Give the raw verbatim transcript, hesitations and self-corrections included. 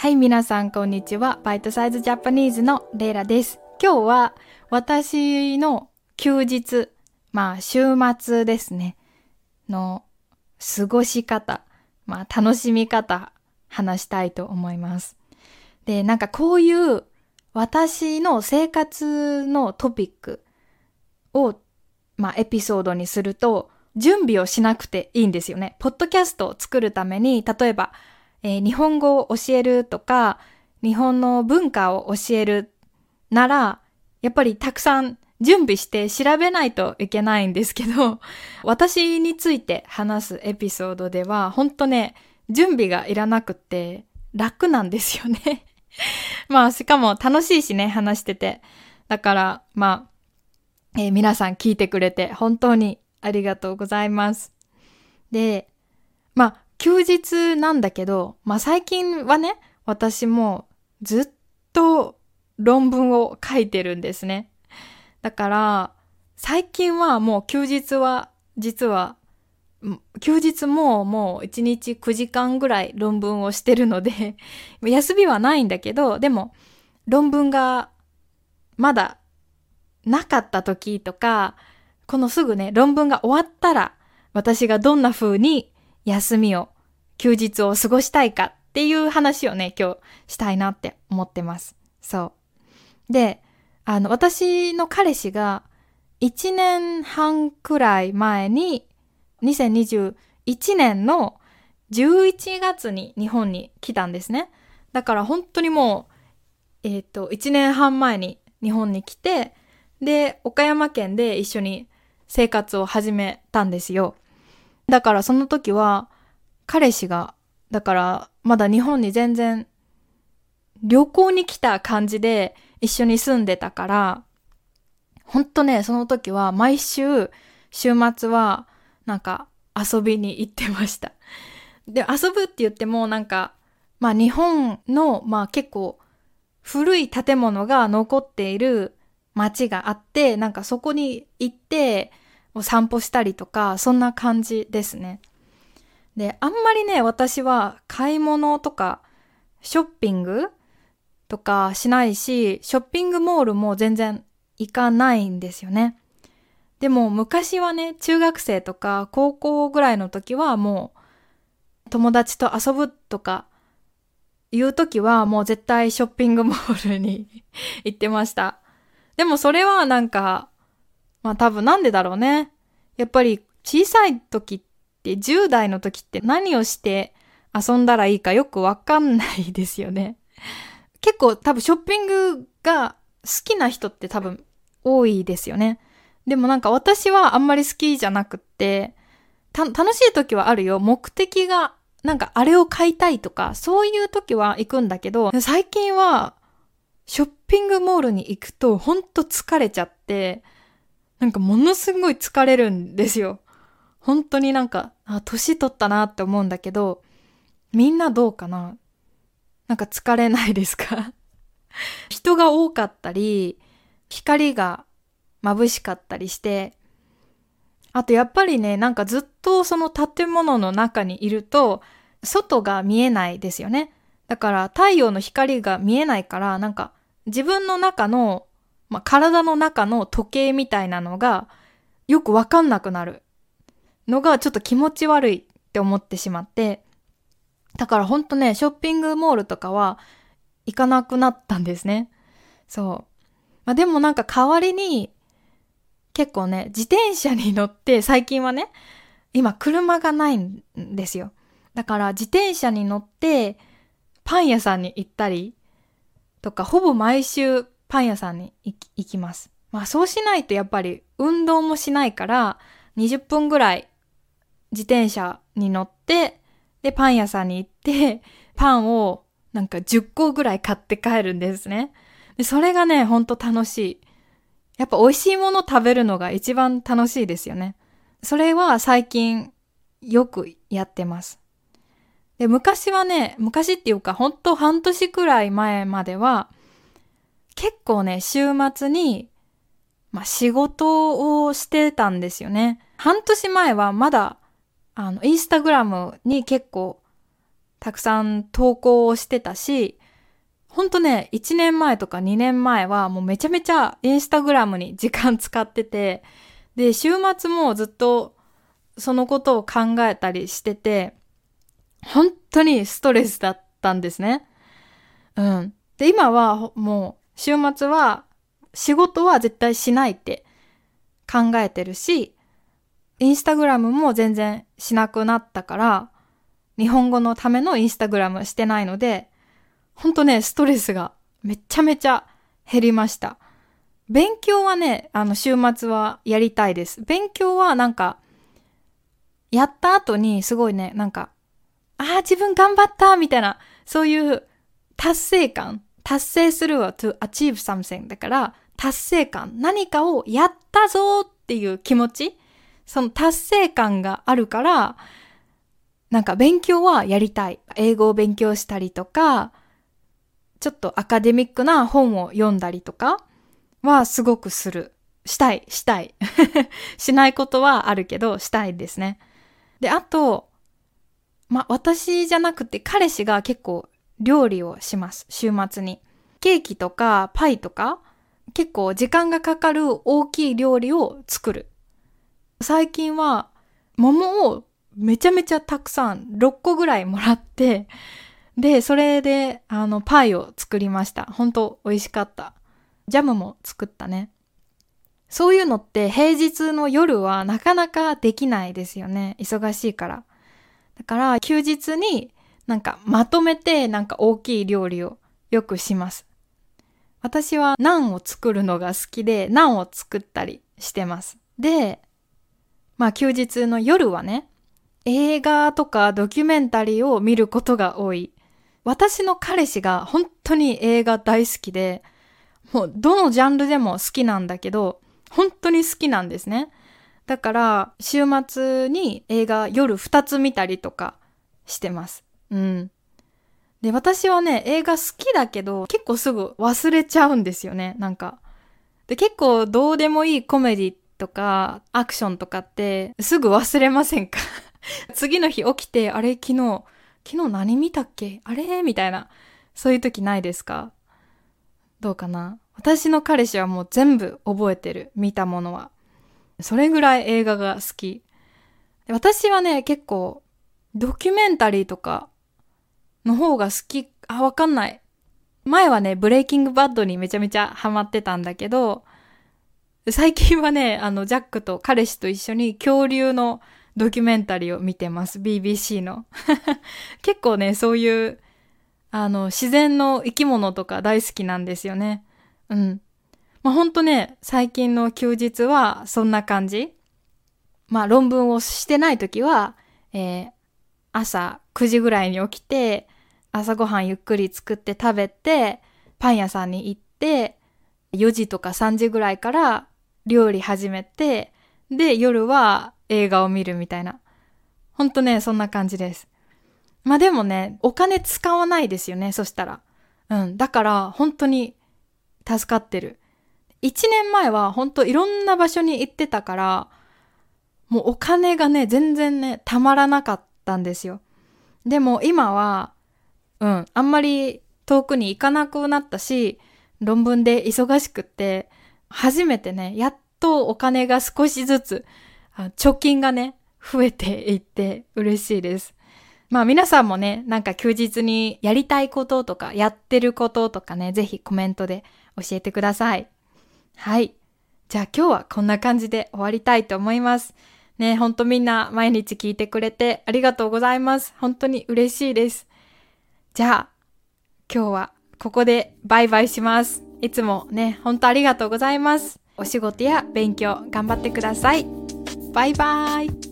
はい、皆さんこんにちは。バイトサイズジャパニーズのレイラです。今日は私の休日、まあ週末ですね、の過ごし方、まあ楽しみ方、話したいと思います。で、なんかこういう私の生活のトピックを、まあエピソードにすると、準備をしなくていいんですよね。ポッドキャストを作るために、例えば、えー、日本語を教えるとか、日本の文化を教えるなら、やっぱりたくさん準備して調べないといけないんですけど、私について話すエピソードでは、ほんとね、準備がいらなくって楽なんですよね。まあ、しかも楽しいしね、話してて。だから、まあ、えー、皆さん聞いてくれて本当にありがとうございます。で、まあ、休日なんだけど、まあ最近はね、私もずっと論文を書いてるんですね。だから、最近はもう休日は、実は、休日ももういちにちくじかんぐらい論文をしてるので、休みはないんだけど、でも論文がまだなかった時とか、このすぐね、論文が終わったら、私がどんな風に休みを、休日を過ごしたいかっていう話をね、今日したいなって思ってます。そう。で、あの、私の彼氏がいちねんはんくらい前に、にせんにじゅういちねんのじゅういちがつに日本に来たんですね。だから本当にもう、えっと、いちねんはん前に日本に来て、で、岡山県で一緒に生活を始めたんですよ。だからその時は、彼氏が、だからまだ日本に全然旅行に来た感じで一緒に住んでたから、ほんとね、その時は毎週、週末はなんか遊びに行ってました。で、遊ぶって言ってもなんか、まあ日本の、まあ結構古い建物が残っている街があって、なんかそこに行ってお散歩したりとか、そんな感じですね。で、あんまりね、私は買い物とかショッピングとかしないし、ショッピングモールも全然行かないんですよね。でも昔はね、中学生とか高校ぐらいの時はもう友達と遊ぶとかいう時はもう絶対ショッピングモールに行ってました。でもそれはなんか、まあ多分なんでだろうね。やっぱり小さい時ってじゅう代の時って何をして遊んだらいいかよくわかんないですよね。結構多分ショッピングが好きな人って多分多いですよね。でもなんか私はあんまり好きじゃなくって、た楽しい時はあるよ。目的がなんかあれを買いたいとか、そういう時は行くんだけど、最近はショッピングモールに行くとほんと疲れちゃって、なんかものすごい疲れるんですよ。本当になんか、あ、年取ったなって思うんだけど、みんなどうかな？なんか疲れないですか？人が多かったり、光が眩しかったりして、あとやっぱりね、なんかずっとその建物の中にいると、外が見えないですよね。だから太陽の光が見えないから、なんか自分の中の、まあ、体の中の時計みたいなのがよくわかんなくなるのがちょっと気持ち悪いって思ってしまって、だからほんとね、ショッピングモールとかは行かなくなったんですね。そう。まあ、でもなんか代わりに結構ね、自転車に乗って最近はね、今車がないんですよ。だから自転車に乗ってパン屋さんに行ったりとか、ほぼ毎週パン屋さんに行き、行きます。まあそうしないとやっぱり運動もしないからにじゅっぷんぐらい自転車に乗って、でパン屋さんに行って、パンをなんかじゅっこぐらい買って帰るんですね。でそれがね、ほんと楽しい。やっぱ美味しいもの食べるのが一番楽しいですよね。それは最近よくやってます。で、昔はね、昔っていうかほんと半年くらい前までは結構ね、週末にまあ仕事をしてたんですよね。半年前はまだあのインスタグラムに結構たくさん投稿をしてたし、ほんとね、いちねんまえとかにねんまえはもうめちゃめちゃインスタグラムに時間使ってて、で、週末もずっとそのことを考えたりしてて、本当にストレスだったんですね。うん。で、今はもう週末は仕事は絶対しないって考えてるし、インスタグラムも全然しなくなったから、日本語のためのインスタグラムしてないので、ほんとね、ストレスがめちゃめちゃ減りました。勉強はね、あの週末はやりたいです。勉強はなんか、やった後にすごいね、なんか、ああ、自分頑張ったみたいな、そういう達成感、達成するは to achieve something だから、達成感、何かをやったぞっていう気持ち、その達成感があるから、なんか勉強はやりたい。英語を勉強したりとか、ちょっとアカデミックな本を読んだりとかはすごくする。したい、したい。しないことはあるけど、したいですね。で、あと、ま、私じゃなくて彼氏が結構料理をします。週末に。ケーキとかパイとか、結構時間がかかる大きい料理を作る。最近は桃をめちゃめちゃたくさんろっこぐらいもらって、で、それであのパイを作りました。本当美味しかった。ジャムも作ったね。そういうのって平日の夜はなかなかできないですよね。忙しいから。だから休日になんかまとめてなんか大きい料理をよくします。私はナンを作るのが好きで、ナンを作ったりしてます。で、まあ休日の夜はね、映画とかドキュメンタリーを見ることが多い。私の彼氏が本当に映画大好きで、もうどのジャンルでも好きなんだけど、本当に好きなんですね。だから週末に映画夜ふたつ見たりとかしてます。うん。で、私はね、映画好きだけど結構すぐ忘れちゃうんですよね。なんか。で、結構どうでもいいコメディとかアクションとかってすぐ忘れませんか？次の日起きて、あれ昨日、昨日何見たっけ？あれみたいな。そういう時ないですか？どうかな？私の彼氏はもう全部覚えてる。見たものは。それぐらい映画が好き。私はね、結構ドキュメンタリーとかの方が好き。あ、わかんない。前はね、ブレイキングバッドにめちゃめちゃハマってたんだけど、最近はね、あの、ジャックと彼氏と一緒に恐竜のドキュメンタリーを見てます。ビービーシー の。結構ね、そういう、あの、自然の生き物とか大好きなんですよね。うん。まあ、ほんとね、最近の休日はそんな感じ。まあ、論文をしてないときは、えー、朝くじぐらいに起きて、朝ごはんゆっくり作って食べて、パン屋さんに行って、よじとかさんじぐらいから料理始めて、で、夜は映画を見るみたいな。ほんとね、そんな感じです。まあでもね、お金使わないですよね、そしたら。うん。だから、本当に助かってる。一年前は本当いろんな場所に行ってたから、もうお金がね、全然ね、たまらなかったんですよ。でも今は、うん、あんまり遠くに行かなくなったし、論文で忙しくって、初めてね、やっとお金が少しずつ、貯金がね、増えていって嬉しいです。まあ皆さんもね、なんか休日にやりたいこととか、やってることとかね、ぜひコメントで教えてください。はい。じゃあ今日はこんな感じで終わりたいと思います。ね、ほんとみんな毎日聞いてくれてありがとうございます。本当に嬉しいです。じゃあ、今日はここでバイバイします。いつもね、ほんとありがとうございます。お仕事や勉強頑張ってください。バイバイ。